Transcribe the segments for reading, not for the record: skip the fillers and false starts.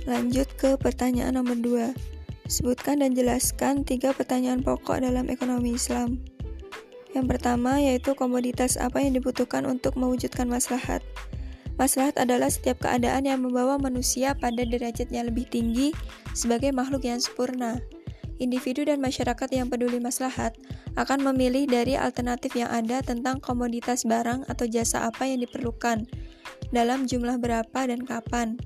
Lanjut ke pertanyaan nomor 2. Sebutkan dan jelaskan 3 pertanyaan pokok dalam ekonomi Islam. Yang pertama yaitu komoditas apa yang dibutuhkan untuk mewujudkan maslahat. Maslahat adalah setiap keadaan yang membawa manusia pada derajat yang lebih tinggi sebagai makhluk yang sempurna. Individu dan masyarakat yang peduli maslahat akan memilih dari alternatif yang ada tentang komoditas barang atau jasa apa yang diperlukan, dalam jumlah berapa dan kapan,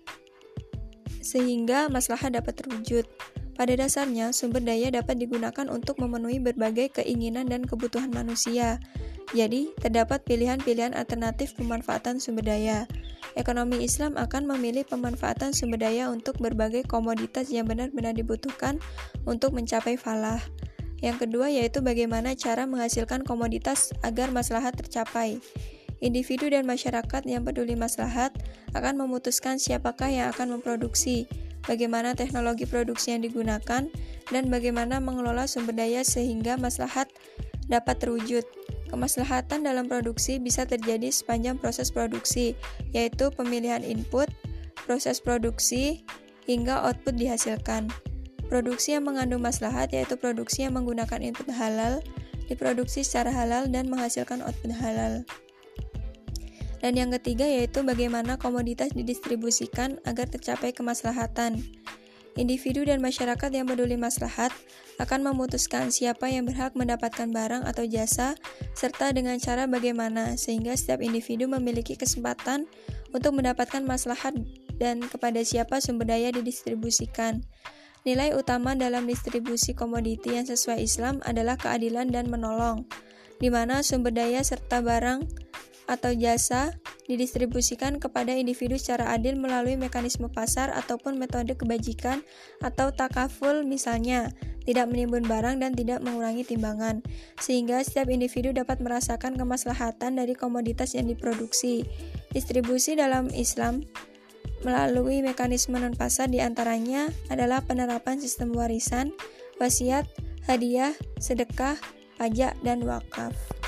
sehingga maslahat dapat terwujud. Pada dasarnya, sumber daya dapat digunakan untuk memenuhi berbagai keinginan dan kebutuhan manusia. Jadi, terdapat pilihan-pilihan alternatif pemanfaatan sumber daya. Ekonomi Islam akan memilih pemanfaatan sumber daya untuk berbagai komoditas yang benar-benar dibutuhkan untuk mencapai falah. Yang kedua yaitu bagaimana cara menghasilkan komoditas agar maslahat tercapai. Individu dan masyarakat yang peduli maslahat akan memutuskan siapakah yang akan memproduksi, bagaimana teknologi produksi yang digunakan, dan bagaimana mengelola sumber daya sehingga maslahat dapat terwujud. Kemaslahatan dalam produksi bisa terjadi sepanjang proses produksi, yaitu pemilihan input, proses produksi, hingga output dihasilkan. Produksi yang mengandung maslahat yaitu produksi yang menggunakan input halal, diproduksi secara halal, dan menghasilkan output halal. Dan yang ketiga yaitu bagaimana komoditas didistribusikan agar tercapai kemaslahatan. Individu dan masyarakat yang peduli maslahat akan memutuskan siapa yang berhak mendapatkan barang atau jasa, serta dengan cara bagaimana, sehingga setiap individu memiliki kesempatan untuk mendapatkan maslahat dan kepada siapa sumber daya didistribusikan. Nilai utama dalam distribusi komoditi yang sesuai Islam adalah keadilan dan menolong, di mana sumber daya serta barang atau jasa didistribusikan kepada individu secara adil melalui mekanisme pasar ataupun metode kebajikan atau takaful, misalnya tidak menimbun barang dan tidak mengurangi timbangan, sehingga setiap individu dapat merasakan kemaslahatan dari komoditas yang diproduksi. Distribusi dalam Islam melalui mekanisme non-pasar diantaranya adalah penerapan sistem warisan, wasiat, hadiah, sedekah, pajak, dan wakaf.